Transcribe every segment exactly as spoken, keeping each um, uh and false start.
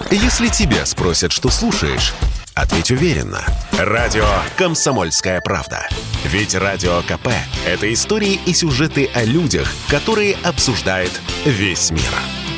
Если тебя спросят, что слушаешь, ответь уверенно. Радио «Комсомольская правда». Ведь Радио КП – это истории и сюжеты о людях, которые обсуждает весь мир.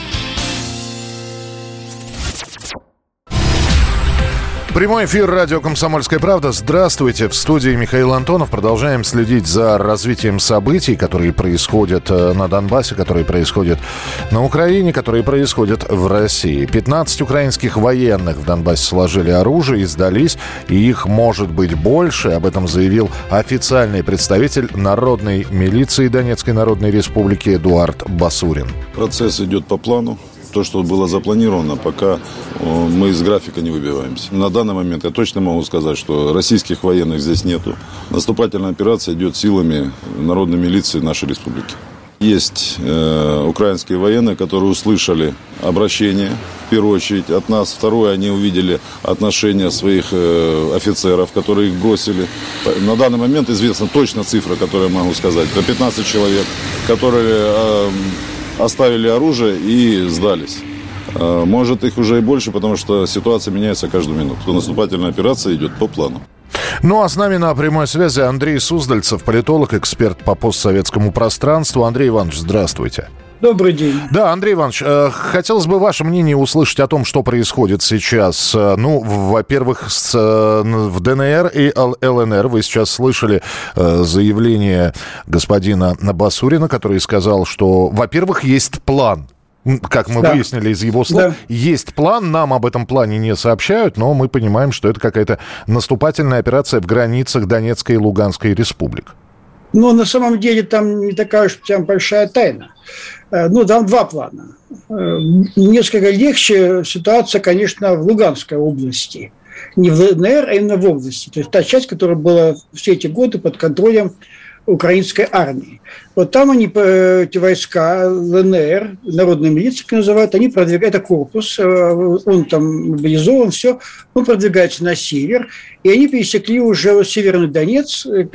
Прямой эфир радио «Комсомольская правда». Здравствуйте. В студии Михаил Антонов. Продолжаем следить за развитием событий, которые происходят на Донбассе, которые происходят на Украине, которые происходят в России. пятнадцать украинских военных в Донбассе сложили оружие и сдались, и их может быть больше. Об этом заявил официальный представитель Народной милиции Донецкой Народной Республики Эдуард Басурин. Процесс идет по плану. То, что было запланировано, пока мы из графика не выбиваемся. На данный момент я точно могу сказать, что российских военных здесь нету. Наступательная операция идет силами народной милиции нашей республики. Есть э, украинские военные, которые услышали обращение, в первую очередь, от нас. Второе, они увидели отношение своих э, офицеров, которые их бросили. На данный момент известна точно цифра, которую я могу сказать. Это пятнадцать человек, которые... Э, оставили оружие и сдались. Может, их уже и больше, потому что ситуация меняется каждую минуту. Наступательная операция идет по плану. Ну, а с нами на прямой связи Андрей Суздальцев, политолог, эксперт по постсоветскому пространству. Андрей Иванович, здравствуйте. Добрый день. Да, Андрей Иванович, э, хотелось бы ваше мнение услышать о том, что происходит сейчас. Ну, во-первых, с, э, в ДНР и ЛНР вы сейчас слышали э, заявление господина Басурина, который сказал, что, во-первых, есть план. Как мы да. выяснили из его слов, да. есть план, нам об этом плане не сообщают, но мы понимаем, что это какая-то наступательная операция в границах Донецкой и Луганской республик. Но на самом деле там не такая уж прям большая тайна. Ну, там два плана. Несколько легче ситуация, конечно, в Луганской области. Не в ЛНР, а именно в области. То есть та часть, которая была все эти годы под контролем украинской армии. Вот там они, эти войска ЛНР, народная милиция, как называют, они продвигают, это корпус, он там мобилизован, все, он продвигается на север, и они пересекли уже Северный Донец, это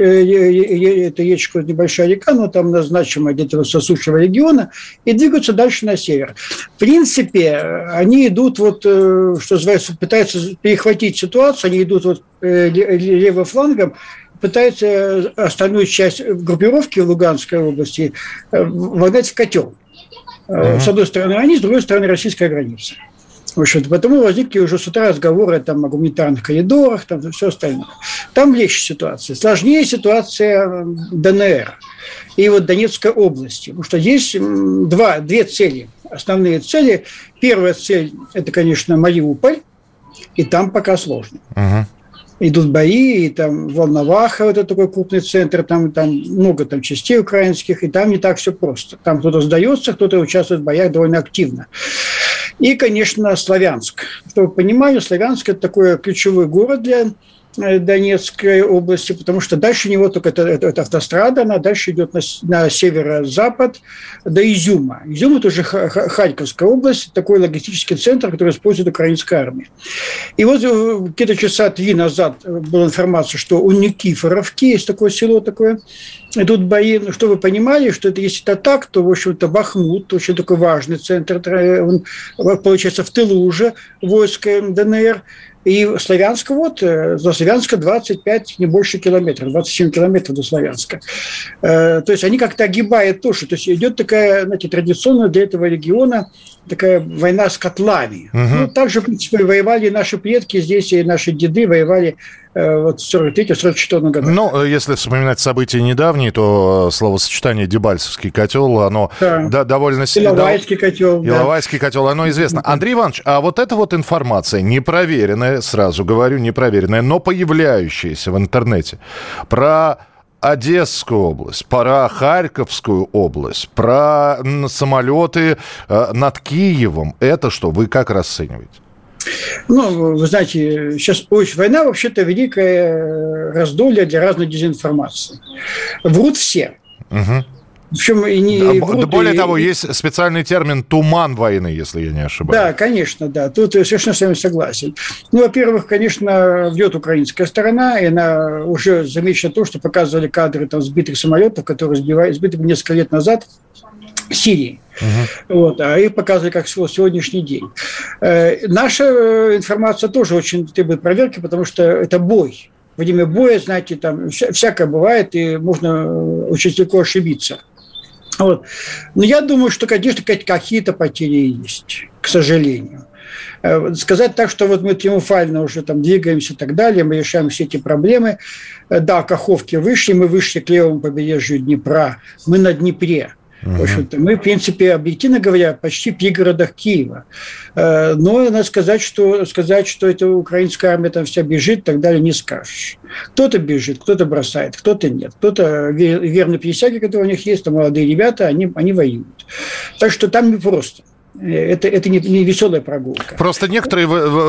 речка, небольшая река, но там назначена где-то сосущего региона, и двигаются дальше на север. В принципе, они идут, вот, что называется, пытаются перехватить ситуацию, они идут вот левым флангом, пытаются остальную часть группировки в Луганской области вогнать в котел. Uh-huh. С одной стороны они, с другой стороны российская граница. В общем, потому возникли уже с утра разговоры там, о гуманитарных коридорах, там все остальное. Там легче ситуация. Сложнее ситуация ДНР и вот Донецкой области. Потому что есть два, две цели, основные цели. Первая цель – это, конечно, Мариуполь, и там пока сложно. Uh-huh. Идут бои, и там Волноваха, это такой крупный центр, там, там много там частей украинских, и там не так все просто. Там кто-то сдается, кто-то участвует в боях довольно активно. И, конечно, Славянск. Чтобы вы понимали, Славянск – это такой ключевой город для Донецкой области, потому что дальше него только это, это, это автострада, она дальше идет на, на северо-запад до Изюма. Изюм – это уже Харьковская область, такой логистический центр, который использует украинская армия. И вот где-то часа три назад была информация, что у Никифоровки есть такое село такое, идут бои. Ну, чтобы вы понимали, что это, если это так, то, в общем-то, Бахмут, очень такой важный центр, он, получается, в тылу уже войска ДНР. И Славянск, вот, до Славянска двадцать пять, не больше километров, двадцать семь километров до Славянска. То есть они как-то огибают тоже. То есть идет такая, знаете, традиционная для этого региона такая война с котлами. Угу. Ну, также, в принципе, воевали наши предки здесь, и наши деды воевали вот в сорок третьем — сорок четвёртом году. Ну, если вспоминать события недавние, то словосочетание «Дебальцевский котел», оно да. Да, довольно... Иловайский котел. Иловайский да. котел, оно известно. Андрей Иванович, а вот эта вот информация, непроверенная, сразу говорю, непроверенная, но появляющаяся в интернете, про Одесскую область, про Харьковскую область, про самолеты над Киевом, это что, вы как расцениваете? Ну, вы знаете, сейчас очень война, вообще-то, великое раздолье для разной дезинформации. Врут все. Угу. В общем, и не, да, врут, да, более и, того, есть специальный термин «туман войны», если я не ошибаюсь. Да, конечно, да. Тут я совершенно с вами согласен. Ну, во-первых, конечно, бьет украинская сторона, и она уже замечена то, что показывали кадры там, сбитых самолетов, которые сбивали, сбиты несколько лет назад Сирии. Uh-huh. Вот, а их показывали как сегодняшний день. Э, наша информация тоже очень требует проверки, потому что это бой. Во время боя, знаете, там вся, всякое бывает, и можно очень легко ошибиться. Вот. Но я думаю, что, конечно, какие-то потери есть, к сожалению. Сказать так, что вот мы триумфально уже там двигаемся и так далее, мы решаем все эти проблемы. Да, Каховки вышли, мы вышли к левому побережью Днепра, мы на Днепре. В общем-то, мы, в принципе, объективно говоря, почти в пригородах Киева. Но надо сказать, что, сказать, что эта украинская армия там вся бежит, и так далее, не скажешь. Кто-то бежит, кто-то бросает, кто-то нет. Кто-то верные присяги, которые у них есть, там молодые ребята, они, они воюют. Так что там непросто. Это, это не, не веселая прогулка. Просто некоторые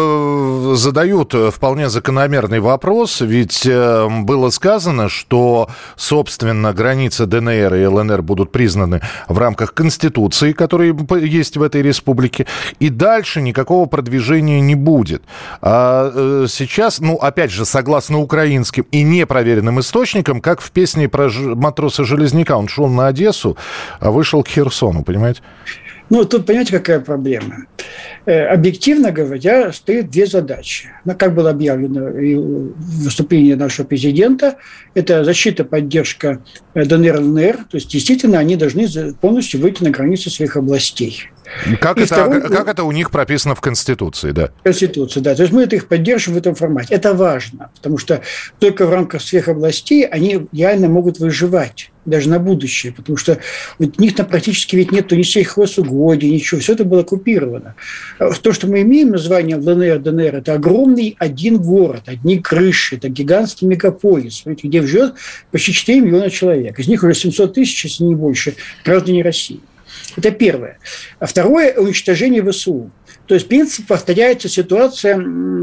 задают вполне закономерный вопрос, ведь было сказано, что, собственно, границы ДНР и ЛНР будут признаны в рамках Конституции, которая есть в этой республике, и дальше никакого продвижения не будет. А сейчас, ну, опять же, согласно украинским и непроверенным источникам, как в песне про матроса Железняка, он шел на Одессу, а вышел к Херсону, понимаете? Ну, тут, понимаете, какая проблема? Объективно говоря, стоит две задачи. Ну, как было объявлено в выступлении нашего президента, это защита, поддержка ДНР, ЛНР, то есть, действительно, они должны полностью выйти на границы своих областей. Как, это, второй, как это у них прописано в Конституции, да? Конституции, да. То есть мы это их поддерживаем в этом формате. Это важно, потому что только в рамках своих областей они реально могут выживать, даже на будущее, потому что у них там практически ведь нет ни сельхозугодий, ничего, все это было оккупировано. То, что мы имеем название ЛНР, ДНР, это огромный один город, одни крыши, это гигантский мегаполис, где живет почти четыре миллиона человек. Из них уже семьсот тысяч, если не больше, граждане России. Это первое. А второе – уничтожение ВСУ. То есть, в принципе, повторяется ситуация,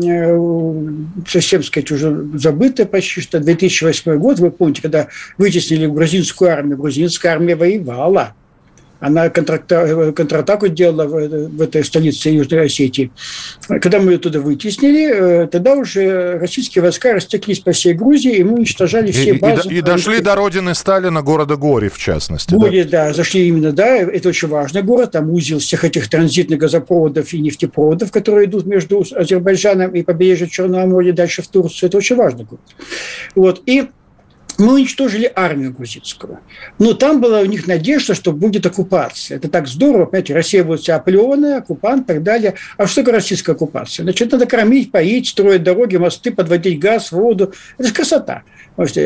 совсем, сказать, уже забытая почти, что две тысячи восьмой год, вы помните, когда вытеснили грузинскую армию, грузинская армия воевала. Она контратаку делала в этой столице Южной Осетии. Когда мы ее туда вытеснили, тогда уже российские войска растеклись по всей Грузии, и мы уничтожали все базы. И, и, и дошли до родины Сталина, города Гори, в частности. Гори, да? да, зашли именно, да, это очень важный город, там узел всех этих транзитных газопроводов и нефтепроводов, которые идут между Азербайджаном и побережьем Черного моря, дальше в Турцию. Это очень важный город. Вот, и мы уничтожили армию грузинскую. Но там была у них надежда, что будет оккупация. Это так здорово, понимаете, Россия будет вся оплеванная, оккупант и так далее. А что такое российская оккупация? Значит, надо кормить, поить, строить дороги, мосты, подводить газ, воду. Это же красота. И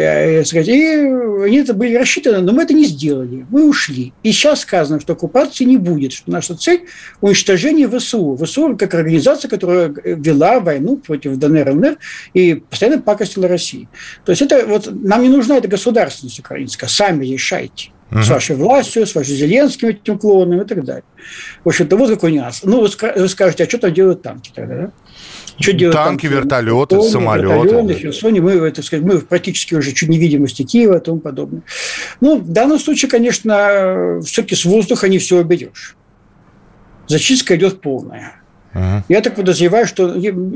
они это были рассчитаны, но мы это не сделали. Мы ушли. И сейчас сказано, что оккупации не будет, что наша цель – уничтожение ВСУ. ВСУ как организация, которая вела войну против ДНР, ЛНР и постоянно пакостила России. То есть это вот нам не нужна эта государственность украинская. Сами решайте. Uh-huh. С вашей властью, с вашим Зеленским этим клоном и так далее. В общем-то, вот какой нюанс. Ну, вы скажете, а что там делают танки тогда, да? Что делать танки, там? Вертолеты, Херсоне, самолеты. Вертолеты, в Херсоне. Мы, это, сказать, мы практически уже чуть невидимости Киева и тому подобное. Ну, в данном случае, конечно, все-таки с воздуха не все уберешь. Зачистка идет полная. Uh-huh. Я так подозреваю, что...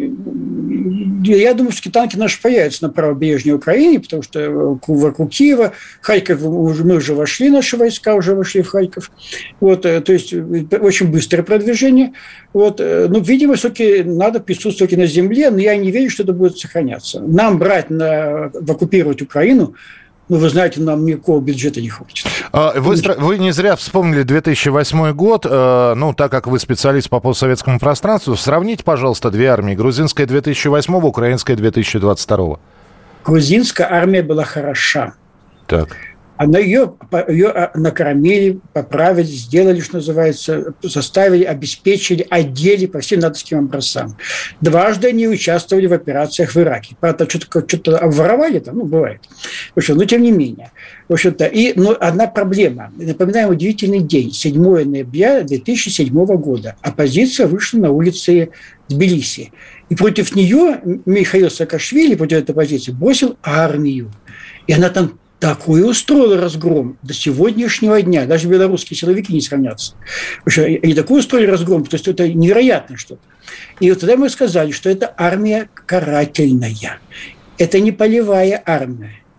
Я думаю, что танки наши появятся на правобережной Украине, потому что вокруг Киева, Харьков, мы уже вошли, наши войска уже вошли в Харьков. Вот, то есть очень быстрое продвижение. Вот, ну, видимо, все-таки надо присутствовать и на земле, но я не верю, что это будет сохраняться. Нам брать, на, оккупировать Украину, ну, вы знаете, нам никакого бюджета не хватит. Вы, вы не зря вспомнили две тысячи восьмой год. Ну, так как вы специалист по постсоветскому пространству, сравните, пожалуйста, две армии. Грузинская две тысячи восьмого, украинская две тысячи двадцать второго. Грузинская армия была хороша. Так. Она ее, ее накормили, поправили, сделали, что называется, заставили, обеспечили, одели по всем натовским образцам. Дважды они участвовали в операциях в Ираке. Правда, что-то, что-то обворовали там, ну, бывает. В общем, но тем не менее. В общем-то, и, но одна проблема. Напоминаем, удивительный день, седьмого ноября две тысячи седьмого года. Оппозиция вышла на улицы Тбилиси. И против нее Михаил Саакашвили, против этой оппозиции, бросил армию. И она там такой устроил разгром до сегодняшнего дня. Даже белорусские силовики не сравнятся. Они такой устроили разгром, то есть это невероятно что-то. И вот тогда мы сказали, что это армия карательная. Это не полевая армия.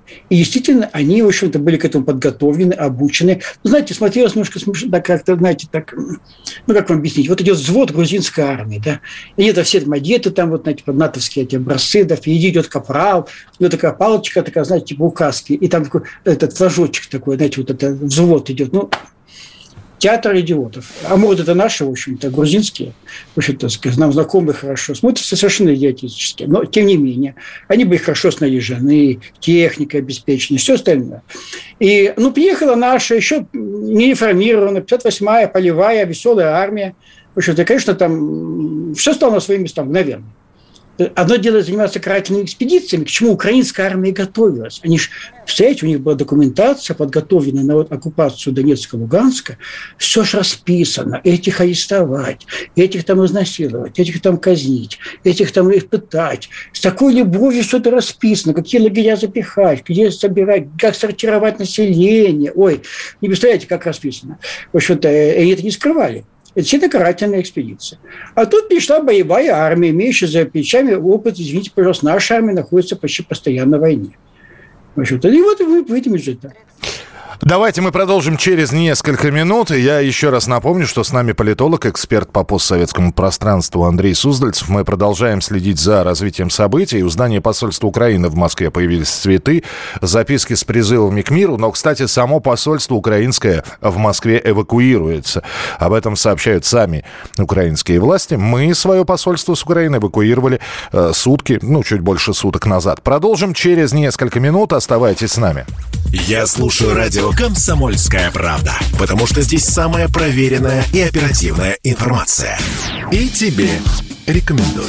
И действительно, они, в общем-то, были к этому подготовлены, обучены. Ну, знаете, смотрелось немножко смешно, так как-то, знаете, так, ну, как вам объяснить? Вот идет взвод грузинской армии, да, и это все там одеты, там, вот, знаете, под натовские эти образцы, да, впереди идет капрал, у него такая палочка, такая, знаете, типа указки, и там такой, этот флажочек такой, знаете, вот это взвод идет, ну, театр идиотов. А может, это наши, в общем-то, грузинские, в общем-то, нам знакомые хорошо, смотрятся совершенно идиотически. Но, тем не менее, они были хорошо снаряжены, техника обеспечена, все остальное. И, ну, приехала наша еще не реформированная, пятьдесят восьмая полевая веселая армия. В общем-то, конечно, там все стало на свои места мгновенно. Одно дело заниматься карательными экспедициями, к чему украинская армия готовилась. Они же, представляете, у них была документация, подготовленная на вот оккупацию Донецка, Луганска. Все же расписано. Этих арестовать, этих там изнасиловать, этих там казнить, этих там их пытать. С такой любовью все это расписано. Какие лагеря запихать, где собирать, как сортировать население. Ой, не представляете, как расписано. В общем-то, они это не скрывали. Это всегда карательная экспедиция. А тут пришла боевая армия, имеющая за плечами опыт, извините, пожалуйста, наша армия находится почти постоянно в войне. В общем-то, и вот вы в этом результате. Давайте мы продолжим через несколько минут. Я еще раз напомню, что с нами политолог, эксперт по постсоветскому пространству Андрей Суздальцев. Мы продолжаем следить за развитием событий. У здания посольства Украины в Москве появились цветы, записки с призывами к миру. Но, кстати, само посольство украинское в Москве эвакуируется. Об этом сообщают сами украинские власти. Мы свое посольство с Украины эвакуировали э, сутки, ну, чуть больше суток назад. Продолжим через несколько минут. Оставайтесь с нами. Я слушаю радио «Комсомольская правда», потому что здесь самая проверенная и оперативная информация. И тебе рекомендую.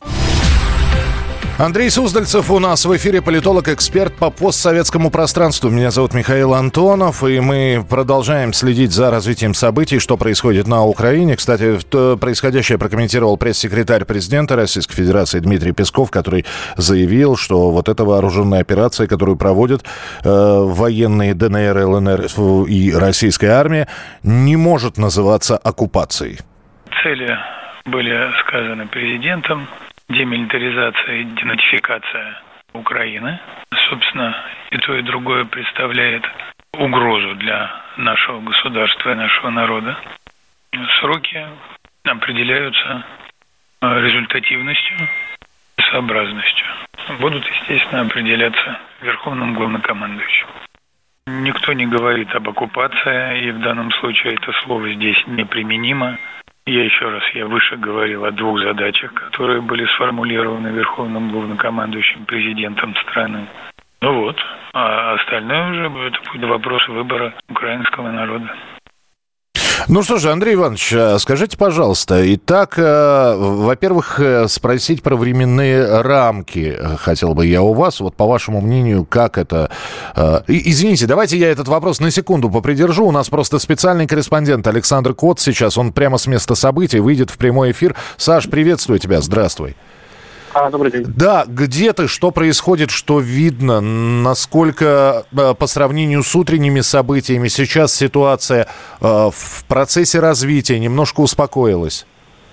Андрей Суздальцев у нас в эфире, политолог, эксперт по постсоветскому пространству. Меня зовут Михаил Антонов, и мы продолжаем следить за развитием событий, что происходит на Украине. Кстати, происходящее прокомментировал пресс-секретарь президента Российской Федерации Дмитрий Песков, который заявил, что вот эта вооруженная операция, которую проводят э, военные ДНР, ЛНР и российская армия, не может называться оккупацией. Цели были сказаны президентом. Демилитаризация и денацификация Украины. Собственно, и то, и другое представляет угрозу для нашего государства и нашего народа. Сроки определяются результативностью и сообразностью. Будут, естественно, определяться Верховным главнокомандующим. Никто не говорит об оккупации, и в данном случае это слово здесь неприменимо. Я еще раз, я выше говорил о двух задачах, которые были сформулированы Верховным главнокомандующим президентом страны. Ну вот, а остальное уже это будет вопрос выбора украинского народа. Ну что же, Андрей Иванович, скажите, пожалуйста, итак, э, во-первых, спросить про временные рамки хотел бы я у вас. Вот по вашему мнению, как это... Э, извините, давайте я этот вопрос на секунду попридержу. У нас просто специальный корреспондент Александр Кот сейчас, он прямо с места событий выйдет в прямой эфир. Саш, приветствую тебя, здравствуй. А, добрый день. Да, где ты, что происходит, что видно, насколько э, по сравнению с утренними событиями сейчас ситуация э, в процессе развития немножко успокоилась?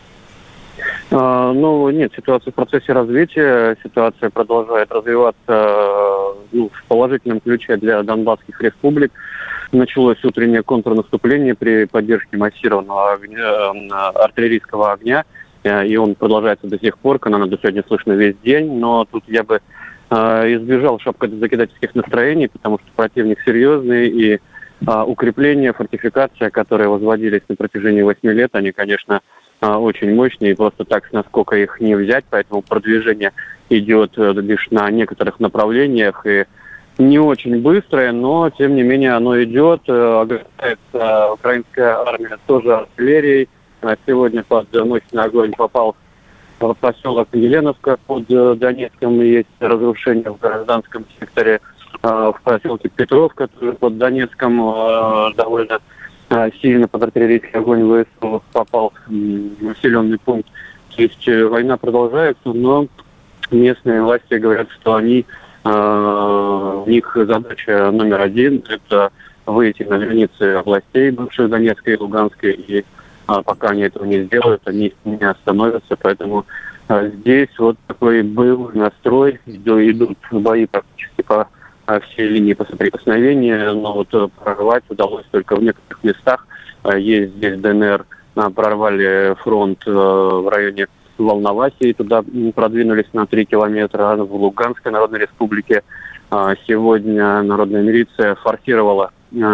А, ну, нет, ситуация в процессе развития, ситуация продолжает развиваться э, ну, в положительном ключе для донбасских республик. Началось утреннее контрнаступление при поддержке массированного огня, э, артиллерийского огня. И он продолжается до сих пор, канонада сегодня слышно весь день, но тут я бы э, избежал шапкозакидательских настроений, потому что противник серьезный, и э, укрепления, фортификация, которые возводились на протяжении восьми лет, они, конечно, э, очень мощные, и просто так с наскока их не взять, поэтому продвижение идет э, лишь на некоторых направлениях, и не очень быстрое, но, тем не менее, оно идет, э, ограничивается украинская армия тоже артиллерией. Сегодня под мощный огонь попал в поселок Еленовка под Донецком. Есть разрушения в гражданском секторе. В поселке Петровка тоже под Донецком довольно сильно под артиллерийский огонь ВСУ попал населенный пункт. То есть война продолжается, но местные власти говорят, что они, у них задача номер один – это выйти на границы областей бывшей Донецкой и Луганской, и А пока они этого не сделают, они не остановятся. Поэтому а, здесь вот такой был настрой. Идут бои практически по все линии соприкосновения, но вот прорвать удалось только в некоторых местах. Есть здесь ДНР, прорвали фронт в районе Волновахи, туда продвинулись на три километра. В Луганской Народной Республике сегодня народная милиция форсировала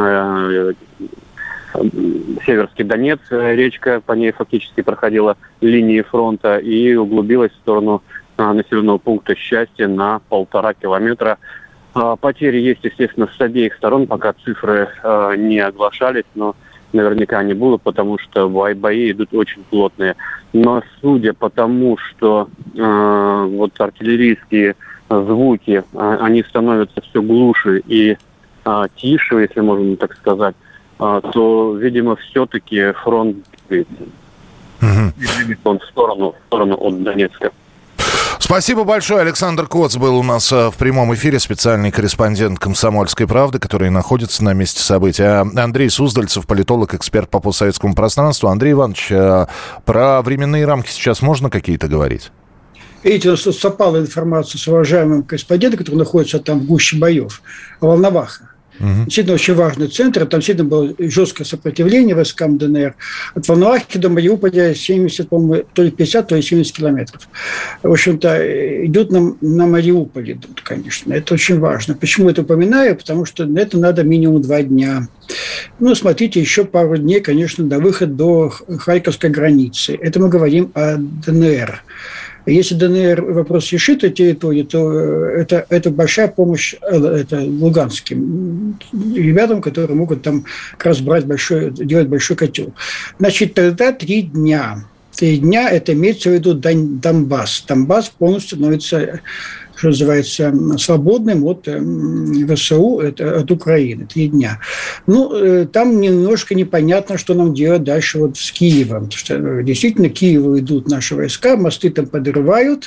Северский Донец, речка, по ней фактически проходила линии фронта и углубилась в сторону населенного пункта Счастье на полтора километра. Потери есть, естественно, с обеих сторон, пока цифры не оглашались, но наверняка они будут, потому что бои, бои идут очень плотные. Но судя по тому, что э, вот артиллерийские звуки, э, они становятся все глуше и э, тише, если можно так сказать, э, то, видимо, все-таки фронт двигается. Угу. И двигается он в сторону, в сторону от Донецка. Спасибо большое. Александр Коц был у нас в прямом эфире, специальный корреспондент «Комсомольской правды», который находится на месте событий. А Андрей Суздальцев, политолог, эксперт по постсоветскому пространству. Андрей Иванович, про временные рамки сейчас можно какие-то говорить? Видите, у нас тут совпала информация с уважаемым корреспондентом, который находится там в гуще боев, Волноваха. Угу. Действительно, очень важный центр. Там действительно было жесткое сопротивление войскам ДНР. От Волновахи до Мариуполя семьдесят, по-моему, то ли пятьдесят, то ли семьдесят километров. В общем-то, идут на, на Мариуполь, идут, конечно. Это очень важно. Почему это упоминаю? Потому что на это надо минимум два дня. Ну, смотрите, еще пару дней, конечно, до выхода до Харьковской границы. Это мы говорим о ДНР. Если ДНР вопрос решит эту территорию, то это, это большая помощь это, луганским ребятам, которые могут там как раз брать большой, делать большой котел. Значит, тогда три дня. Три дня – это имеется в виду Донбасс. Донбасс полностью становится, что называется, свободным от ВСУ, это от Украины. Три дня. Ну, там немножко непонятно, что нам делать дальше вот с Киевом. Потому что действительно к Киеву идут наши войска, мосты там подрывают,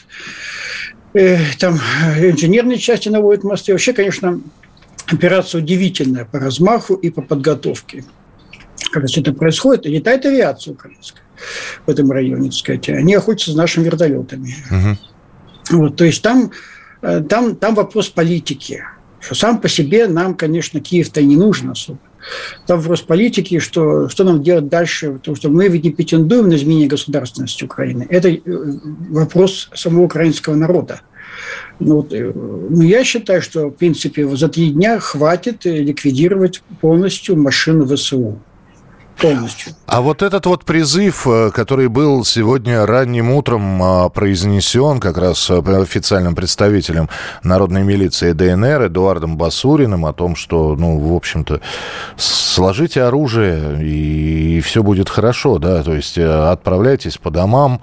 там инженерные части наводят мосты. Вообще, конечно, операция удивительная по размаху и по подготовке. Когда все это происходит, летает авиация украинская в этом районе, так сказать. Они охотятся за нашими вертолетами. Угу. Вот, то есть там, там, там вопрос политики. Что сам по себе нам, конечно, Киев-то не нужен особо. Там вопрос политики, что, что нам делать дальше, потому что мы ведь не претендуем на изменение государственности Украины. Это вопрос самого украинского народа. Ну, вот, ну, я считаю, что, в принципе, за три дня хватит ликвидировать полностью машину ВСУ. Полностью. А вот этот вот призыв, который был сегодня ранним утром произнесен как раз официальным представителем народной милиции ДНР Эдуардом Басуриным о том, что, ну, в общем-то, сложите оружие и все будет хорошо, да, то есть отправляйтесь по домам.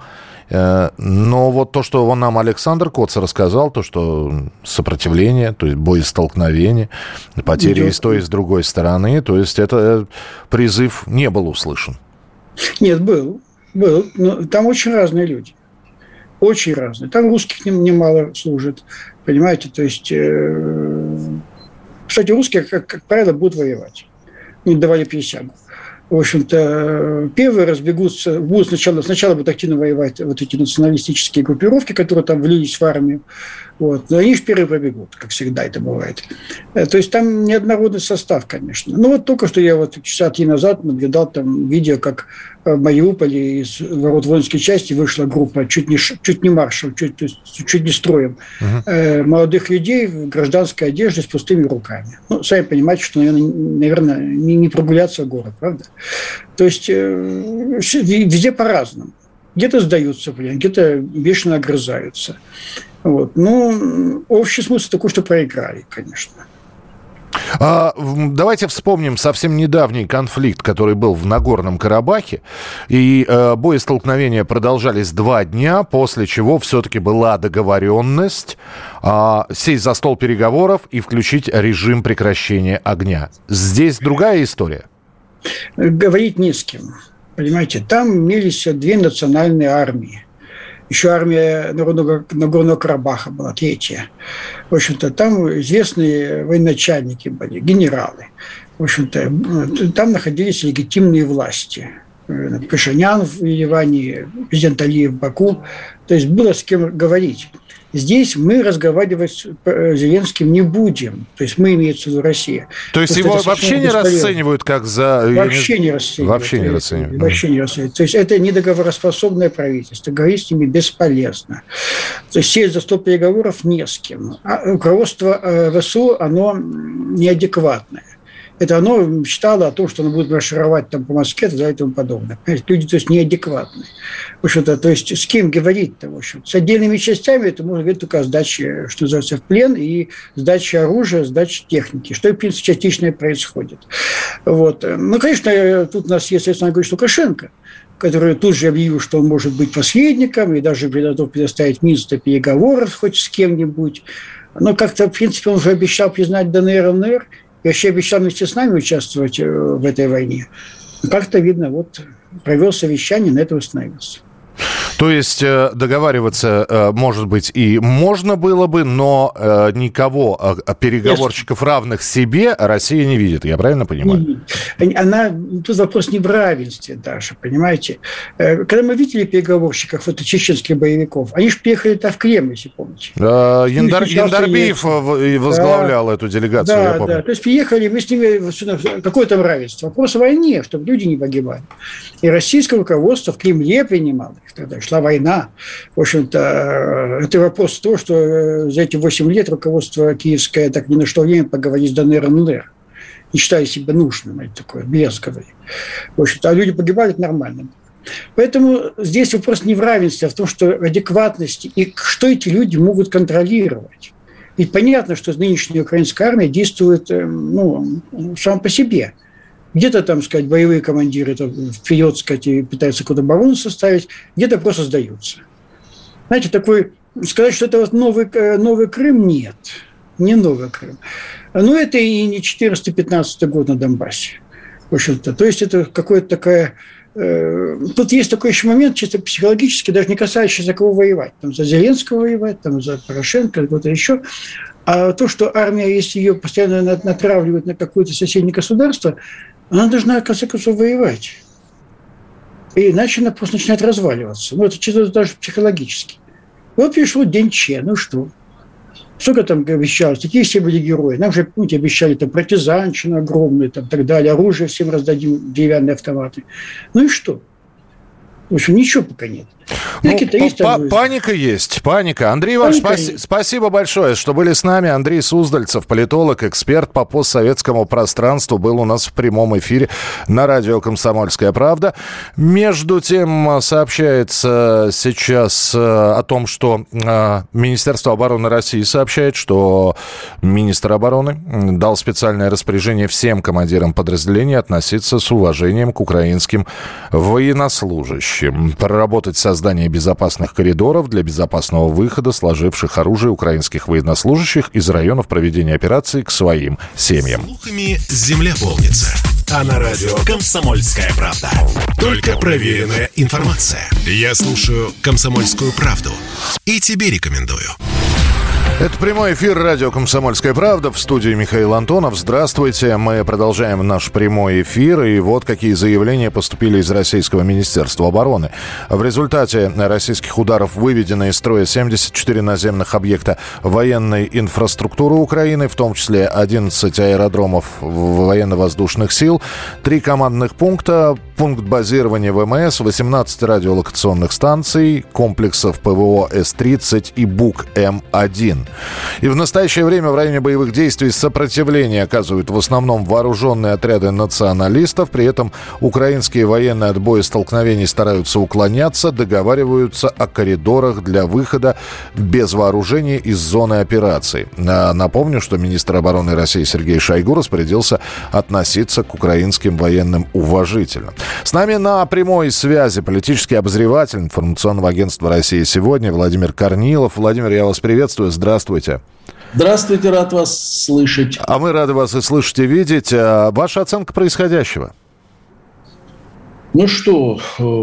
Но вот то, что он нам Александр Коц рассказал, то, что сопротивление, то есть боестолкновение, потери Идет. и с той, и с другой стороны, то есть это призыв не был услышан. Нет, был, был. Но там очень разные люди. Очень разные. Там русских немало служит, понимаете, то есть... Кстати, русские, как, как правило, будут воевать. Не давали присягу. В общем-то, первые разбегутся, будут сначала, сначала будут активно воевать вот эти националистические группировки, которые там влились в армию, вот, но они же первые побегут, как всегда это бывает. То есть там неоднородный состав, конечно. Ну вот только что я вот часа три назад наблюдал там видео, как в Мариуполе из ворот воинской части вышла группа, чуть не, чуть не маршем, чуть, чуть не строем, uh-huh. э, молодых людей в гражданской одежде с пустыми руками. Ну, сами понимаете, что, наверное, наверное не, не прогуляться в город, правда? То есть э, везде по-разному. Где-то сдаются, блин, где-то бешено огрызаются. Вот. Ну, общий смысл такой, что проиграли, конечно. А, давайте вспомним совсем недавний конфликт, который был в Нагорном Карабахе. И э, боестолкновения продолжались два дня, после чего все-таки была договоренность э, сесть за стол переговоров и включить режим прекращения огня. Здесь другая история? Говорить не с кем. Понимаете, там имелись две национальные армии. Еще армия Народного, Нагорного Карабаха была, третья. В общем-то, там известные военачальники были, генералы. В общем-то, там находились легитимные власти. Пашинян в Ереване, президент Алиев в Баку. То есть было с кем говорить. Здесь мы разговаривать с Зеленским не будем. То есть мы, имеется в виду Россия. То есть его вообще не расценивают как за... Вообще не расценивают. Вообще не расценивают. Вообще не расценивают. То есть это недоговороспособное правительство. Говорить с ними бесполезно. То есть сесть за стол переговоров не с кем. А руководство ВСУ, оно неадекватное. Это оно мечтало о том, что оно будет маршировать там по Москве и тому подобное. Понимаете? Люди, то есть, неадекватные. В общем-то, то есть, с кем говорить-то, в общем. С отдельными частями это можно говорить только о сдаче, что называется, в плен, и сдаче оружия, сдаче техники, что, в принципе, частично происходит. Вот. Ну, конечно, тут у нас есть Александр Григорьевич Лукашенко, который тут же объявил, что он может быть посредником и даже готов предоставить министра переговоров хоть с кем-нибудь. Но как-то, в принципе, он уже обещал признать ДНР, ЛНР, и вообще обещал вместе с нами участвовать в этой войне. Как-то, видно, вот провел совещание, на это установился. То есть договариваться, может быть, и можно было бы, но никого, переговорщиков равных себе, Россия не видит. Я правильно понимаю? Она, тут вопрос не в равенстве даже, понимаете. Когда мы видели переговорщиков, вот чеченских боевиков, они же приехали-то в Кремль, если помните. Яндар, Яндарбиев возглавлял да, эту делегацию, да, я помню. Да, то есть приехали, мы с ними, какое там равенство? Вопрос о войне, чтобы люди не погибали. И российское руководство в Кремле принимало их тогда. Шла война. В общем-то, это вопрос того, что за эти восемь лет руководство киевское так не нашло время поговорить с ДНР, ЛНР. Не считая себя нужным, это такое, без говорить. В общем-то, а люди погибали, это нормально. Поэтому здесь вопрос не в равенстве, а в том, что адекватности и что эти люди могут контролировать. Ведь понятно, что нынешняя украинская армия действует ну, сама по себе. Где-то там, сказать, боевые командиры там, вперед, сказать, и пытаются какую-то оборону составить, где-то просто сдаются. Знаете, такой, сказать, что это вот новый, новый Крым, нет, не новый Крым. Но это и не четырнадцатый-пятнадцатый год на Донбассе. В общем-то, то есть это какая-то такая... Э, тут есть такой еще момент, чисто психологически, даже не касающийся кого воевать. Там за Зеленского воевать, там за Порошенко, кого-то еще. А то, что армия, если ее постоянно натравливают на какое-то соседнее государство, она должна, в конце концов, воевать. И иначе она просто начинает разваливаться. Ну, это чисто даже психологически. Вот пришел день Че, ну что? Сколько там обещалось? Такие все были герои. Нам же, помните, обещали там партизанщину огромную, там, так далее, оружие всем раздадим, деревянные автоматы. Ну и что? В общем, ничего пока нет. Ну, есть, па- паника есть, паника. Андрей Иванович, спаси- спасибо большое, что были с нами. Андрей Суздальцев, политолог, эксперт по постсоветскому пространству, был у нас в прямом эфире на радио «Комсомольская правда». Между тем, сообщается сейчас о том, что Министерство обороны России сообщает, что министр обороны дал специальное распоряжение всем командирам подразделений относиться с уважением к украинским военнослужащим, проработать со создание безопасных коридоров для безопасного выхода сложивших оружие украинских военнослужащих из районов проведения операции к своим семьям. Слухами земля полнится. А на радио «Комсомольская правда» только проверенная информация. Я слушаю «Комсомольскую правду» и тебе рекомендую. Это прямой эфир радио «Комсомольская правда». В студии Михаил Антонов. Здравствуйте. Мы продолжаем наш прямой эфир. И вот какие заявления поступили из Российского Министерства обороны. В результате российских ударов выведены из строя семьдесят четыре наземных объекта военной инфраструктуры Украины, в том числе одиннадцать аэродромов военно-воздушных сил, три командных пункта, пункт базирования ВМС, восемнадцать радиолокационных станций, комплексов ПВО С тридцать и БУК М один. И в настоящее время в районе боевых действий сопротивление оказывают в основном вооруженные отряды националистов. При этом украинские военные от боя столкновений стараются уклоняться, договариваются о коридорах для выхода без вооружения из зоны операции. Напомню, что министр обороны России Сергей Шойгу распорядился относиться к украинским военным уважительно. С нами на прямой связи политический обозреватель информационного агентства «Россия сегодня» Владимир Корнилов. Владимир, я вас приветствую. Здравствуйте. Здравствуйте, рад вас слышать. А мы рады вас и слышать, и видеть. Ваша оценка происходящего? Ну что,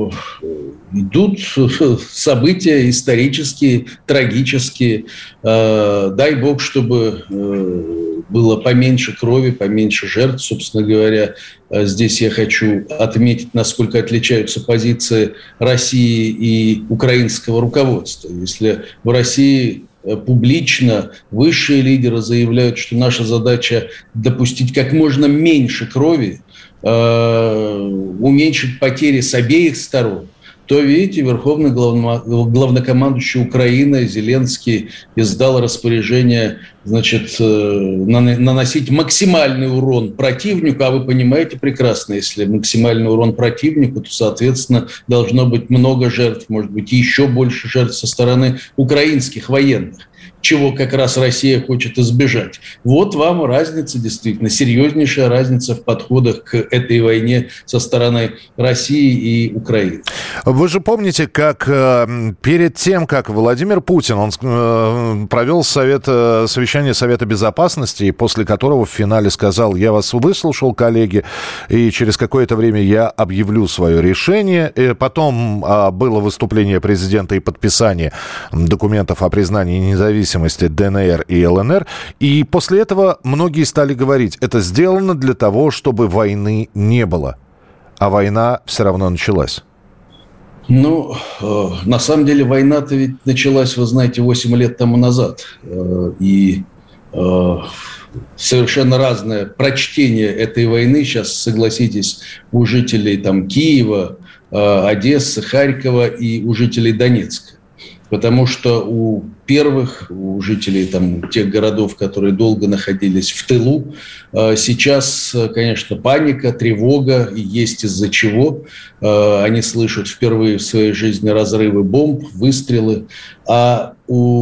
идут события исторические, трагические. Дай бог, чтобы было поменьше крови, поменьше жертв, собственно говоря. Здесь я хочу отметить, насколько отличаются позиции России и украинского руководства. Если в России публично высшие лидеры заявляют, что наша задача допустить как можно меньше крови, уменьшить потери с обеих сторон, то, видите, верховный главнокомандующий Украины Зеленский издал распоряжение, значит, наносить максимальный урон противнику, а вы понимаете прекрасно, если максимальный урон противнику, то, соответственно, должно быть много жертв, может быть, еще больше жертв со стороны украинских военных, чего как раз Россия хочет избежать. Вот вам разница, действительно, серьезнейшая разница в подходах к этой войне со стороны России и Украины. Вы же помните, как э, перед тем, как Владимир Путин, он э, провел совет, э, совещание Совета Безопасности, и после которого в финале сказал: я вас выслушал, коллеги, и через какое-то время я объявлю свое решение. И потом э, было выступление президента и подписание документов о признании независимости ДНР и ЛНР. И после этого многие стали говорить: это сделано для того, чтобы войны не было. А война все равно началась. Ну, э, на самом деле война-то ведь началась, вы знаете, восемь лет тому назад. Э, и э, совершенно разное прочтение этой войны сейчас, согласитесь, у жителей там Киева, э, Одессы, Харькова и у жителей Донецка. Потому что у первых, у жителей там, тех городов, которые долго находились в тылу, сейчас, конечно, паника, тревога, и есть из-за чего. Они слышат впервые в своей жизни разрывы бомб, выстрелы. А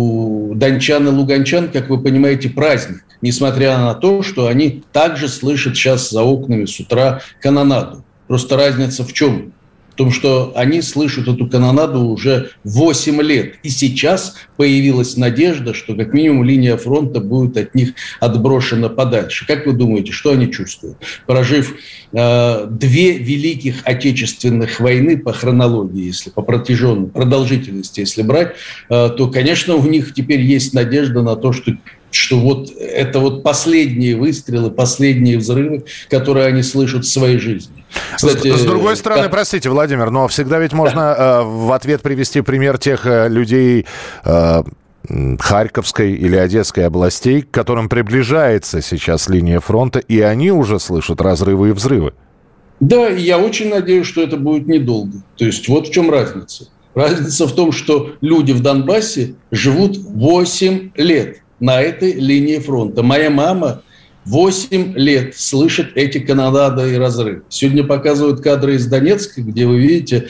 у дончан и луганчан, как вы понимаете, праздник. Несмотря на то, что они также слышат сейчас за окнами с утра канонаду. Просто разница в чем? В том, что они слышат эту канонаду уже восемь лет. И сейчас появилась надежда, что как минимум линия фронта будет от них отброшена подальше. Как вы думаете, что они чувствуют? Прожив э, две великих отечественных войны по хронологии, если по протяженной продолжительности, если брать, э, то, конечно, у них теперь есть надежда на то, что что вот это вот последние выстрелы, последние взрывы, которые они слышат в своей жизни. Кстати, с, с другой стороны, как... простите, Владимир, но всегда ведь можно да. э, в ответ привести пример тех э, людей э, Харьковской или Одесской областей, к которым приближается сейчас линия фронта, и они уже слышат разрывы и взрывы. Да, я очень надеюсь, что это будет недолго. То есть вот в чем разница. Разница в том, что люди в Донбассе живут восемь лет на этой линии фронта. Моя мама восемь лет слышит эти канонады и разрывы. Сегодня показывают кадры из Донецка, где вы видите,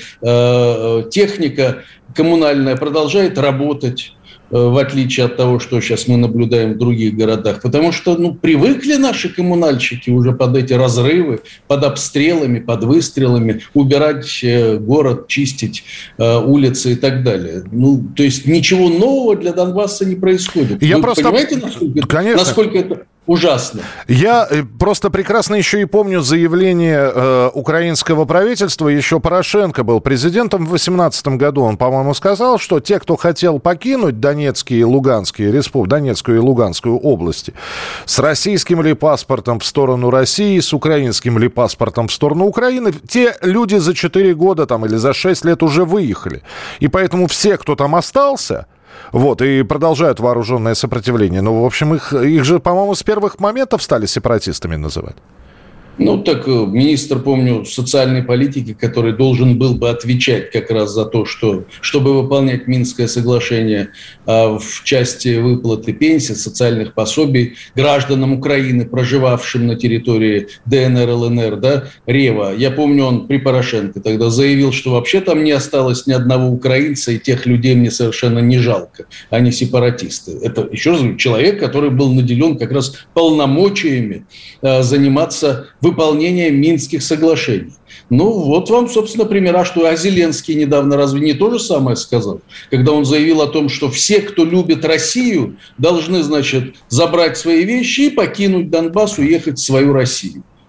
э, техника коммунальная продолжает работать, э, в отличие от того, что сейчас мы наблюдаем в других городах. Потому что ну, привыкли наши коммунальщики уже под эти разрывы, под обстрелами, под выстрелами, убирать э, город, чистить э, улицы и так далее. Ну, то есть ничего нового для Донбасса не происходит. Я Вы просто... понимаете, насколько, Конечно. насколько это... ужасно. Я просто прекрасно еще и помню заявление э, украинского правительства. Еще Порошенко был президентом в две тысячи восемнадцатом году. Он, по-моему, сказал, что те, кто хотел покинуть Донецкие и Луганские республики, Донецкую и Луганскую области, с российским ли паспортом в сторону России, с украинским ли паспортом в сторону Украины, те люди за четыре года там, или за шесть лет уже выехали. И поэтому все, кто там остался... Вот, и продолжают вооруженное сопротивление. Ну, в общем, их, их же, по-моему, с первых моментов стали сепаратистами называть. Ну, так министр, помню, социальной политики, который должен был бы отвечать как раз за то, что, чтобы выполнять Минское соглашение в части выплаты пенсий, социальных пособий гражданам Украины, проживавшим на территории ДНР, ЛНР, да, Рева. Я помню, он при Порошенко тогда заявил, что вообще там не осталось ни одного украинца, и тех людей мне совершенно не жалко, они сепаратисты. Это, еще раз говорю, человек, который был наделен как раз полномочиями заниматься выполнением Минских соглашений. Ну, вот вам, собственно, примера, что а Зеленский недавно разве не то же самое сказал? Когда он заявил о том, что все, кто любит Россию, должны, значит, забрать свои вещи и покинуть Донбасс, уехать в свою Россию.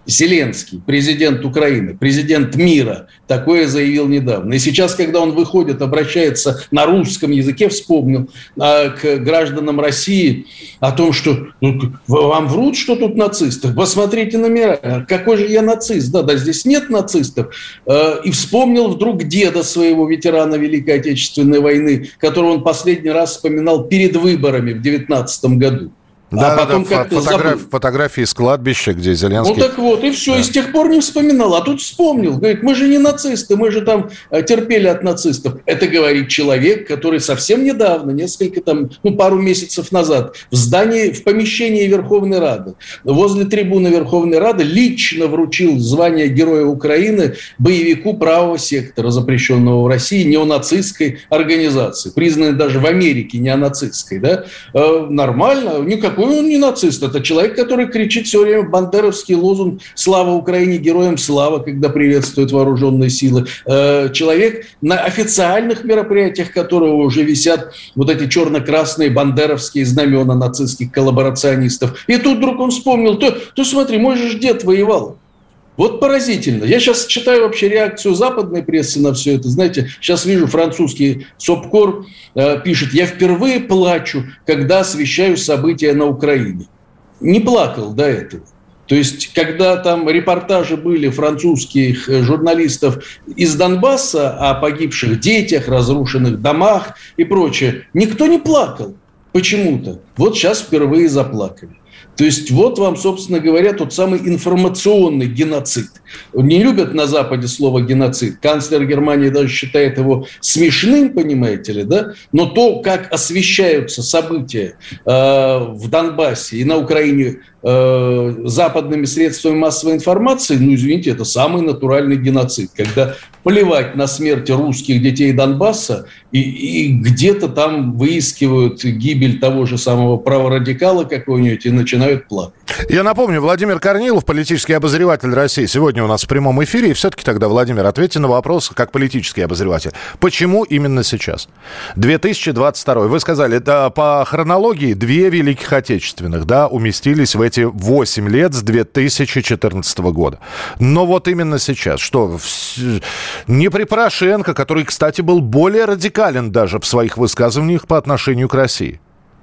Зеленский, президент Украины, президент мира, такое заявил недавно. И сейчас, когда он выходит, обращается на русском языке, вспомнил а, к гражданам России о том, что ну, вам врут, что тут нацисты. Посмотрите на меня, какой же я нацист. Да, да, здесь нет нацистов. А, и вспомнил вдруг деда своего, ветерана Великой Отечественной войны, которого он последний раз вспоминал перед выборами в девятнадцатом году. Да, а да, потом да, фотограф, фотографии с кладбища, где Зеленский... Ну так вот, и все, да. И с тех пор не вспоминал, а тут вспомнил. Говорит, мы же не нацисты, мы же там терпели от нацистов. Это говорит человек, который совсем недавно, несколько там, ну пару месяцев назад, в здании, в помещении Верховной Рады, возле трибуны Верховной Рады лично вручил звание Героя Украины боевику правого сектора, запрещенного в России, неонацистской организации, признанной даже в Америке неонацистской. Да? Э, нормально, никакой он не нацист, это человек, который кричит все время бандеровский лозунг «Слава Украине, героям слава», когда приветствует вооруженные силы. Человек, на официальных мероприятиях которого уже висят вот эти черно-красные бандеровские знамена нацистских коллаборационистов. И тут вдруг он вспомнил, то, то смотри, мой же дед воевал. Вот поразительно. Я сейчас читаю вообще реакцию западной прессы на все это. Знаете, сейчас вижу, французский СОПКОР э, пишет: «Я впервые плачу, когда освещаю события на Украине». Не плакал до этого. То есть, когда там репортажи были французских журналистов из Донбасса о погибших детях, разрушенных домах и прочее, никто не плакал почему-то. Вот сейчас впервые заплакали. То есть вот вам, собственно говоря, тот самый информационный геноцид. Не любят на Западе слово геноцид. Канцлер Германии даже считает его смешным, понимаете ли, да? Но то, как освещаются события э, в Донбассе и на Украине э, западными средствами массовой информации, ну, извините, это самый натуральный геноцид. Когда плевать на смерть русских детей Донбасса и, и где-то там выискивают гибель того же самого праворадикала какого-нибудь и начинают плакать. Я напомню, Владимир Корнилов, политический обозреватель России, сегодня у нас в прямом эфире. И все-таки тогда, Владимир, ответьте на вопрос, как политический обозреватель. Почему именно сейчас? две тысячи двадцать второй. Вы сказали, да, по хронологии две великих отечественных, да, уместились в эти восемь лет с две тысячи четырнадцатого года. Но вот именно сейчас, что не при Порошенко, который, кстати, был более радикален даже в своих высказываниях по отношению к России.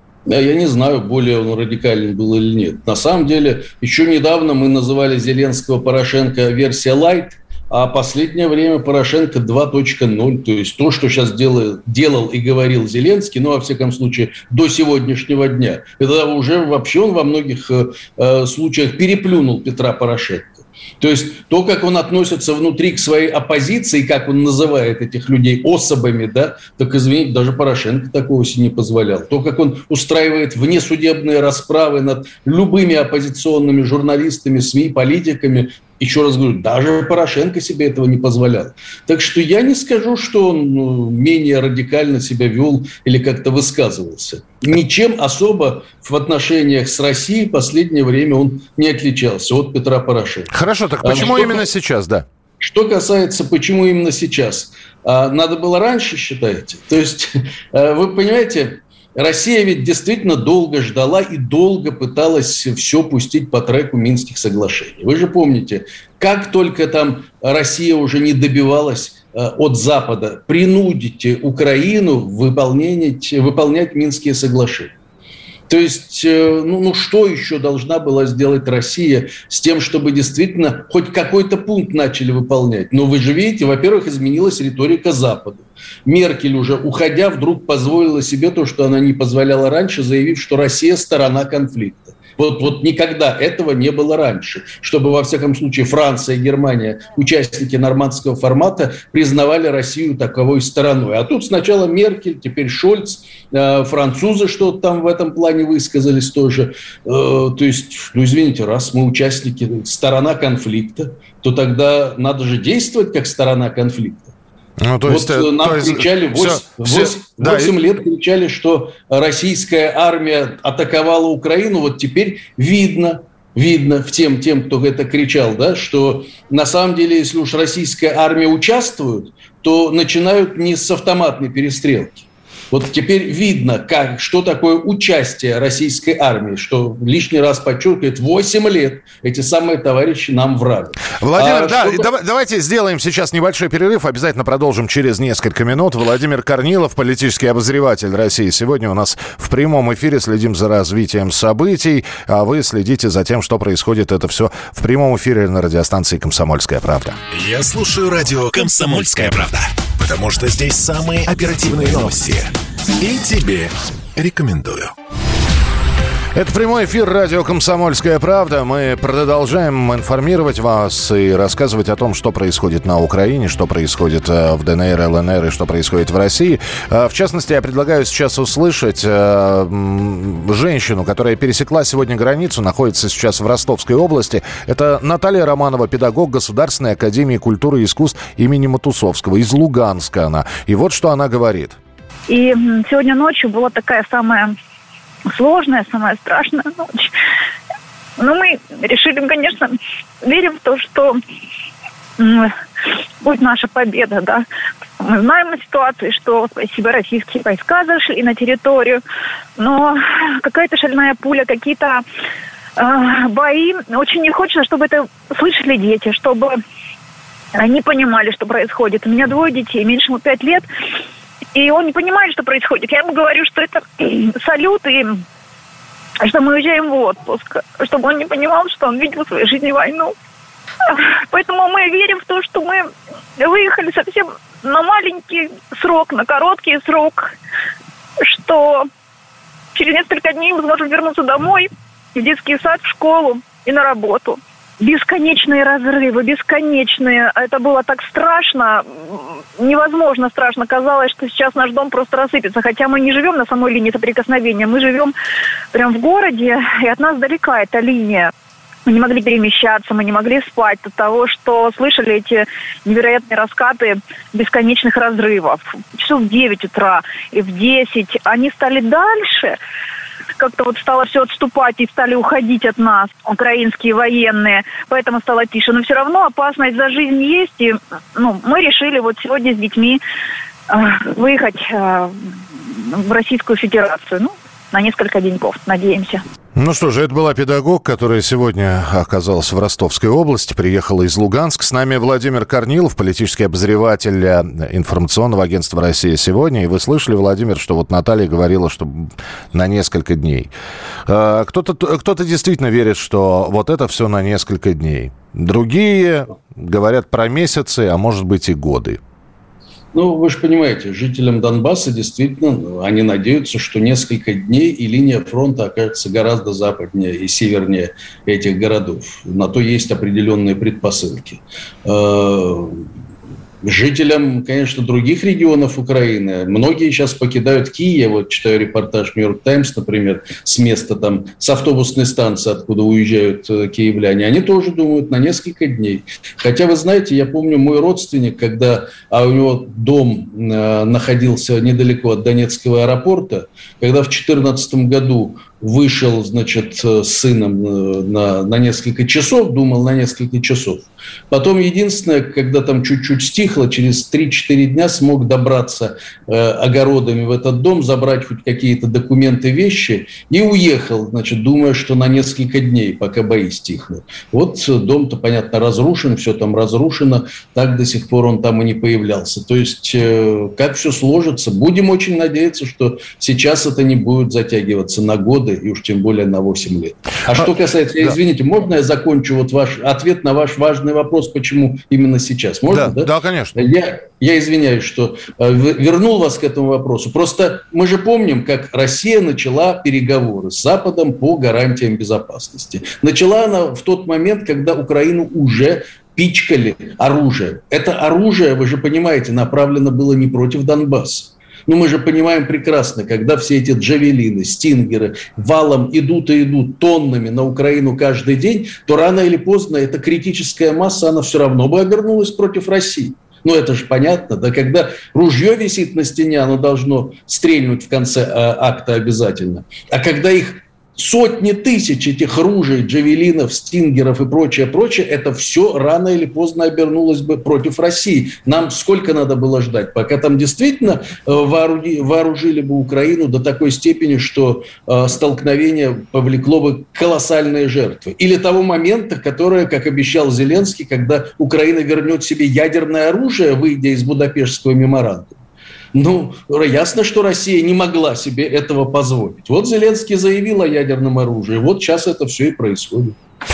Я не знаю, более он радикален был или нет. На самом деле, еще недавно мы называли Зеленского Порошенко версия лайт, а последнее время Порошенко два точка ноль. То есть то, что сейчас делал, делал и говорил Зеленский, ну, во всяком случае, до сегодняшнего дня, это уже вообще он во многих э, случаях переплюнул Петра Порошенко. То есть то, как он относится внутри к своей оппозиции, как он называет этих людей особами, да, так, извините, даже Порошенко такого себе не позволял. То, как он устраивает внесудебные расправы над любыми оппозиционными журналистами, СМИ, политиками, еще раз говорю, даже Порошенко себе этого не позволял. Так что я не скажу, что он ну, менее радикально себя вел или как-то высказывался. Ничем особо в отношениях с Россией в последнее время он не отличался от Петра Порошенко. Хорошо, так почему а, именно что, сейчас, да? Что касается, почему именно сейчас, надо было раньше, считаете? То есть, вы понимаете, Россия ведь действительно долго ждала и долго пыталась все пустить по треку Минских соглашений. Вы же помните, как только там Россия уже не добивалась от Запада принудить Украину выполнять, выполнять Минские соглашения. То есть, ну, ну что еще должна была сделать Россия с тем, чтобы действительно хоть какой-то пункт начали выполнять? Но вы же видите, во-первых, изменилась риторика Запада. Меркель уже, уходя, вдруг позволила себе то, что она не позволяла раньше, заявив, что Россия – сторона конфликта. Вот, вот никогда этого не было раньше, чтобы, во всяком случае, Франция и Германия, участники нормандского формата, признавали Россию таковой стороной. А тут сначала Меркель, теперь Шольц, э, французы что-то там в этом плане высказались тоже. Э, то есть, ну, извините, раз мы участники, сторона конфликта, то тогда надо же действовать как сторона конфликта. Ну, то есть, вот нам то кричали, восемь лет кричали, что российская армия атаковала Украину. Вот теперь видно, видно в тем, тем, кто это кричал, да, что на самом деле, если уж российская армия участвует, то начинают не с автоматной перестрелки. Вот теперь видно, как, что такое участие российской армии, что лишний раз подчеркивает, восемь лет эти самые товарищи нам враг. Владимир, а да, что... давай, давайте сделаем сейчас небольшой перерыв, обязательно продолжим через несколько минут. Владимир Корнилов, политический обозреватель России, сегодня у нас в прямом эфире, следим за развитием событий, а вы следите за тем, что происходит, это все в прямом эфире на радиостанции «Комсомольская правда». Я слушаю радио «Комсомольская правда», потому что здесь самые оперативные новости. И тебе рекомендую. Это прямой эфир радио «Комсомольская правда». Мы продолжаем информировать вас и рассказывать о том, что происходит на Украине, что происходит в ДНР, ЛНР и что происходит в России. В частности, я предлагаю сейчас услышать женщину, которая пересекла сегодня границу, находится сейчас в Ростовской области. Это Наталья Романова, педагог Государственной академии культуры и искусств имени Матусовского. Из Луганска она. И вот что она говорит. И сегодня ночью была такая самая... сложная, самая страшная ночь. Но мы решили, конечно, верим в то, что будет наша победа, да. Мы знаем о ситуации, что, спасибо, российские войска зашли на территорию, но какая-то шальная пуля, какие-то э, бои. Очень не хочется, чтобы это слышали дети, чтобы они понимали, что происходит. У меня двое детей, меньшему пять лет. И он не понимает, что происходит. Я ему говорю, что это салют, и что мы уезжаем в отпуск. Чтобы он не понимал, что он видел в своей жизни войну. Поэтому мы верим в то, что мы выехали совсем на маленький срок, на короткий срок, что через несколько дней мы сможем вернуться домой, в детский сад, в школу и на работу. Бесконечные разрывы, бесконечные. Это было так страшно, невозможно страшно. Казалось, что сейчас наш дом просто рассыпется. Хотя мы не живем на самой линии соприкосновения. Мы живем прямо в городе, и от нас далека эта линия. Мы не могли перемещаться, мы не могли спать от того, что слышали эти невероятные раскаты бесконечных разрывов. Часов в девять утра и в десять. Они стали дальше. Как-то вот стало все отступать и стали уходить от нас украинские военные, поэтому стало тише. Но все равно опасность за жизнь есть, и ну, мы решили вот сегодня с детьми э, выехать э, в Российскую Федерацию, ну, на несколько деньков, надеемся. Ну что же, это была педагог, которая сегодня оказалась в Ростовской области, приехала из Луганска. С нами Владимир Корнилов, политический обозреватель информационного агентства «Россия сегодня». И вы слышали, Владимир, что вот Наталья говорила, что на несколько дней. Кто-то, кто-то действительно верит, что вот это все на несколько дней. Другие говорят про месяцы, а может быть и годы. Ну, вы же понимаете, жителям Донбасса действительно, они надеются, что несколько дней и линия фронта окажется гораздо западнее и севернее этих городов. На то есть определенные предпосылки. Жителям, конечно, других регионов Украины, многие сейчас покидают Киев, вот читаю репортаж «Нью-Йорк Таймс», например, с места там, с автобусной станции, откуда уезжают киевляне, они тоже думают на несколько дней. Хотя, вы знаете, я помню, мой родственник, когда а у него дом э, находился недалеко от Донецкого аэропорта, когда в две тысячи четырнадцатом году вышел, значит, с сыном на, на несколько часов, думал на несколько часов. Потом единственное, когда там чуть-чуть стихло, через три-четыре дня смог добраться э, огородами в этот дом, забрать хоть какие-то документы, вещи и уехал, значит, думая, что на несколько дней, пока бои стихнут. Вот дом-то, понятно, разрушен, все там разрушено, так до сих пор он там и не появлялся. То есть, э, как все сложится, будем очень надеяться, что сейчас это не будет затягиваться на годы, и уж тем более на восемь лет. А, а что касается, да. извините, можно я закончу вот ваш ответ на ваш важный вопрос, почему именно сейчас? Можно, да? Да, да, конечно. Я, я извиняюсь, что э, вернул вас к этому вопросу. Просто мы же помним, как Россия начала переговоры с Западом по гарантиям безопасности. Начала она в тот момент, когда Украину уже пичкали оружием. Это оружие, вы же понимаете, направлено было не против Донбасса. Но мы же понимаем прекрасно, когда все эти джавелины, стингеры валом идут и идут тоннами на Украину каждый день, то рано или поздно эта критическая масса, она все равно бы обернулась против России. Ну, это же понятно. Да, когда ружье висит на стене, оно должно стрельнуть в конце а, акта обязательно. А когда их сотни тысяч этих ружей, джавелинов, стингеров и прочее, прочее, это все рано или поздно обернулось бы против России. Нам сколько надо было ждать, пока там действительно вооружили, вооружили бы Украину до такой степени, что э, столкновение повлекло бы колоссальные жертвы. Или того момента, которое, как обещал Зеленский, когда Украина вернет себе ядерное оружие, выйдя из Будапештского меморандума. Ну, ясно, что Россия не могла себе этого позволить. Вот Зеленский заявил о ядерном оружии. Вот сейчас это все и происходит.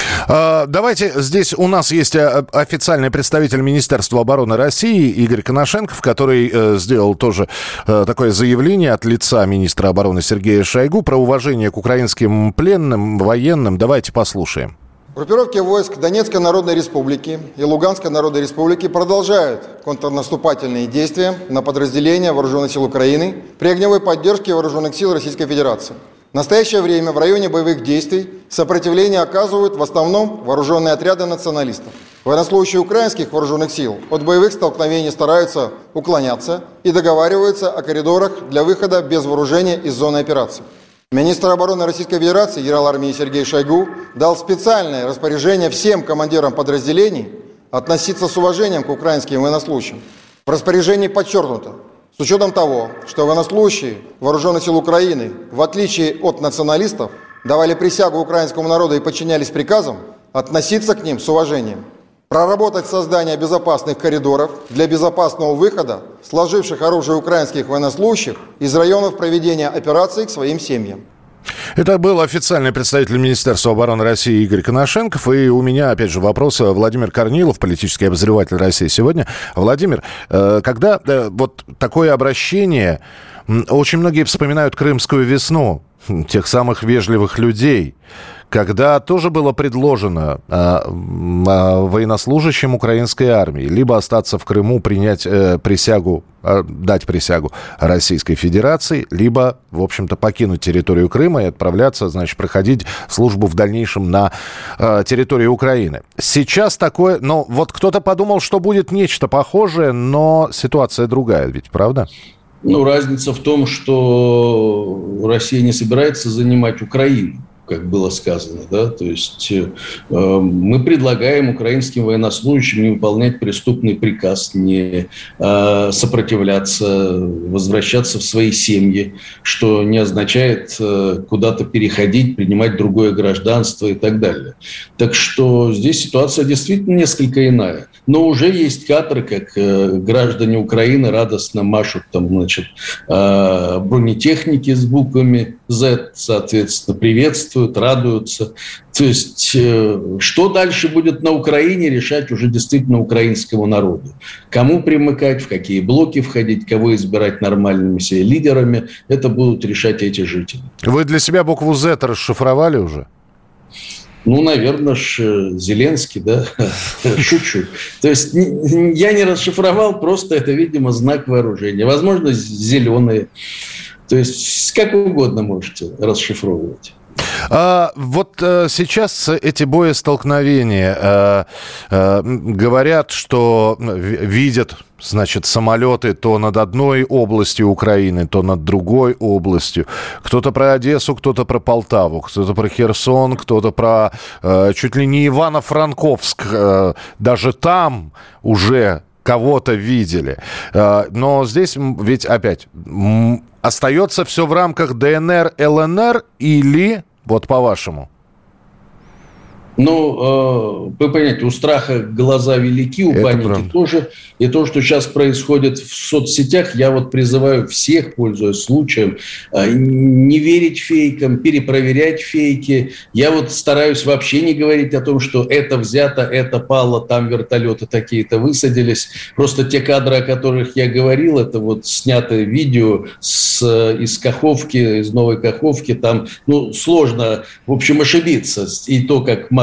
Давайте, здесь у нас есть официальный представитель Министерства обороны России Игорь Коношенков, который сделал тоже такое заявление от лица министра обороны Сергея Шойгу про уважение к украинским пленным, военным. Давайте послушаем. Группировки войск Донецкой Народной Республики и Луганской Народной Республики продолжают контрнаступательные действия на подразделения Вооруженных сил Украины при огневой поддержке Вооруженных сил Российской Федерации. В настоящее время в районе боевых действий сопротивление оказывают в основном вооруженные отряды националистов. Военнослужащие украинских вооруженных сил от боевых столкновений стараются уклоняться и договариваются о коридорах для выхода без вооружения из зоны операции. Министр обороны Российской Федерации генерал армии Сергей Шойгу дал специальное распоряжение всем командирам подразделений относиться с уважением к украинским военнослужащим. В распоряжении подчеркнуто, с учетом того, что военнослужащие Вооруженных сил Украины, в отличие от националистов, давали присягу украинскому народу и подчинялись приказам, относиться к ним с уважением. Проработать создание безопасных коридоров для безопасного выхода сложивших оружие украинских военнослужащих из районов проведения операций к своим семьям. Это был официальный представитель Министерства обороны России Игорь Коношенков. И у меня, опять же, вопрос. Владимир Корнилов, политический обозреватель России сегодня. Владимир, когда вот такое обращение, очень многие вспоминают Крымскую весну, тех самых вежливых людей, когда тоже было предложено э, э, военнослужащим украинской армии либо остаться в Крыму, принять э, присягу, э, дать присягу Российской Федерации, либо, в общем-то, покинуть территорию Крыма и отправляться, значит, проходить службу в дальнейшем на э, территории Украины. Сейчас такое, ну, вот кто-то подумал, что будет нечто похожее, но ситуация другая, ведь, правда? Ну, разница в том, что Россия не собирается занимать Украину, как было сказано, да, то есть э, мы предлагаем украинским военнослужащим не выполнять преступный приказ, не э, сопротивляться, возвращаться в свои семьи, что не означает э, куда-то переходить, принимать другое гражданство и так далее. Так что здесь ситуация действительно несколько иная. Но уже есть кадры, как э, граждане Украины радостно машут там, значит, э, бронетехники с буквами Z, соответственно, приветствуют, радуются. То есть, э, что дальше будет на Украине, решать уже действительно украинскому народу. Кому примыкать, в какие блоки входить, кого избирать нормальными себе лидерами, это будут решать эти жители. Вы для себя букву Z расшифровали уже? Ну, наверное, ж Зеленский, да, шучу. То есть я не расшифровал, просто это, видимо, знак вооружения. Возможно, зеленые. То есть как угодно можете расшифровывать. А, вот а, сейчас эти боестолкновения а, а, говорят, что видят, значит, самолеты то над одной областью Украины, то над другой областью. Кто-то про Одессу, кто-то про Полтаву, кто-то про Херсон, кто-то про а, чуть ли не Ивано-Франковск. А, даже там уже кого-то видели. А, но здесь ведь опять остается все в рамках ДНР, ЛНР или... Вот по-вашему. Ну, вы понимаете, у страха глаза велики, у это паники правда. Тоже. И то, что сейчас происходит в соцсетях, я вот призываю всех, пользуясь случаем, не верить фейкам, перепроверять фейки. Я вот стараюсь вообще не говорить о том, что это взято, это пало, там вертолеты такие-то высадились. Просто те кадры, о которых я говорил, это вот снятое видео с, из Каховки, из Новой Каховки. Там, ну, сложно, в общем, ошибиться. И то, как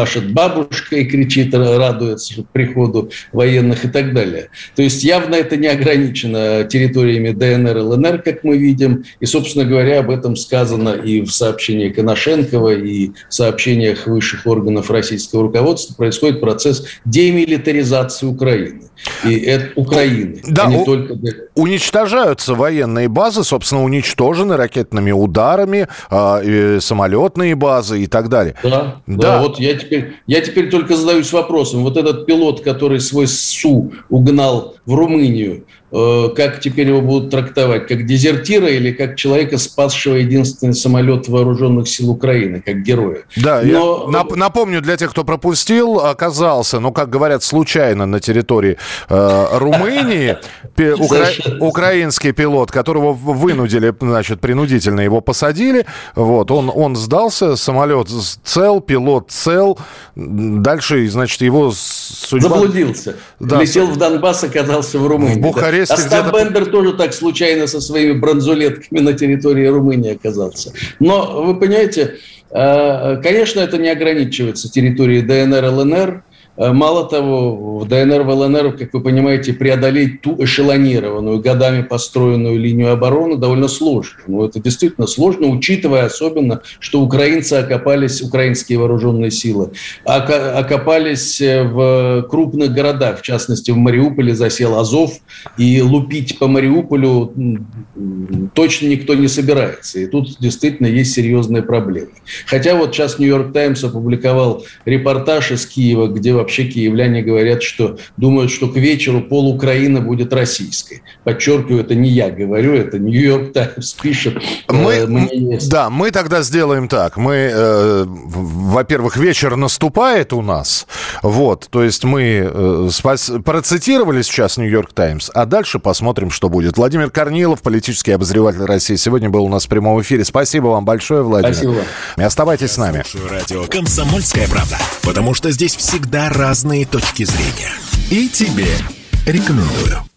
машет бабушкой, кричит, радуется приходу военных и так далее. То есть явно это не ограничено территориями ДНР, ЛНР, как мы видим. И, собственно говоря, об этом сказано и в сообщении Коношенкова, и в сообщениях высших органов российского руководства. Происходит процесс демилитаризации Украины. И это Украины, да, а не у... только... Уничтожаются военные базы, собственно, уничтожены ракетными ударами, э, самолетные базы и так далее. Да, да. да. Вот я теперь, я теперь только задаюсь вопросом. Вот этот пилот, который свой СУ угнал в Румынию, э, как теперь его будут трактовать? Как дезертира или как человека, спасшего единственный самолет вооруженных сил Украины, как героя? Да, Но... я нап- напомню для тех, кто пропустил, оказался, ну, как говорят, случайно на территории э, Румынии пи- укра- украинский пилот, которого вынудили, значит, принудительно его посадили. Вот, он, он сдался, самолет цел, пилот цел. Дальше, значит, его судьба... Заблудился. Да, Летел в Донбасс, оказался в Румынии. В Бухаресте да. Остап где-то... Бендер тоже так случайно со своими бронзулетками на территории Румынии оказался. Но, вы понимаете, конечно, это не ограничивается территорией ДНР, ЛНР. Мало того, в ДНР, в ЛНР, как вы понимаете, преодолеть ту эшелонированную, годами построенную линию обороны довольно сложно. Ну, это действительно сложно, учитывая особенно, что украинцы окопались, украинские вооруженные силы, окопались в крупных городах, в частности, в Мариуполе засел Азов, и лупить по Мариуполю точно никто не собирается. И тут действительно есть серьезные проблемы. Хотя вот сейчас «Нью-Йорк Таймс» опубликовал репортаж из Киева, где вообще киевляне говорят, что думают, что к вечеру пол Украины будет российской. Подчеркиваю, это не я говорю, это Нью-Йорк Таймс пишет. Мы, э, да, мы тогда сделаем так. Мы, э, во-первых, вечер наступает у нас. Вот, то есть мы э, спас... процитировали сейчас Нью-Йорк Таймс, а дальше посмотрим, что будет. Владимир Корнилов, политический обозреватель России, сегодня был у нас в прямом эфире. Спасибо вам большое, Владимир. Спасибо. И оставайтесь с нами. Радио «Комсомольская правда», потому что здесь всегда разные точки зрения. И тебе рекомендую.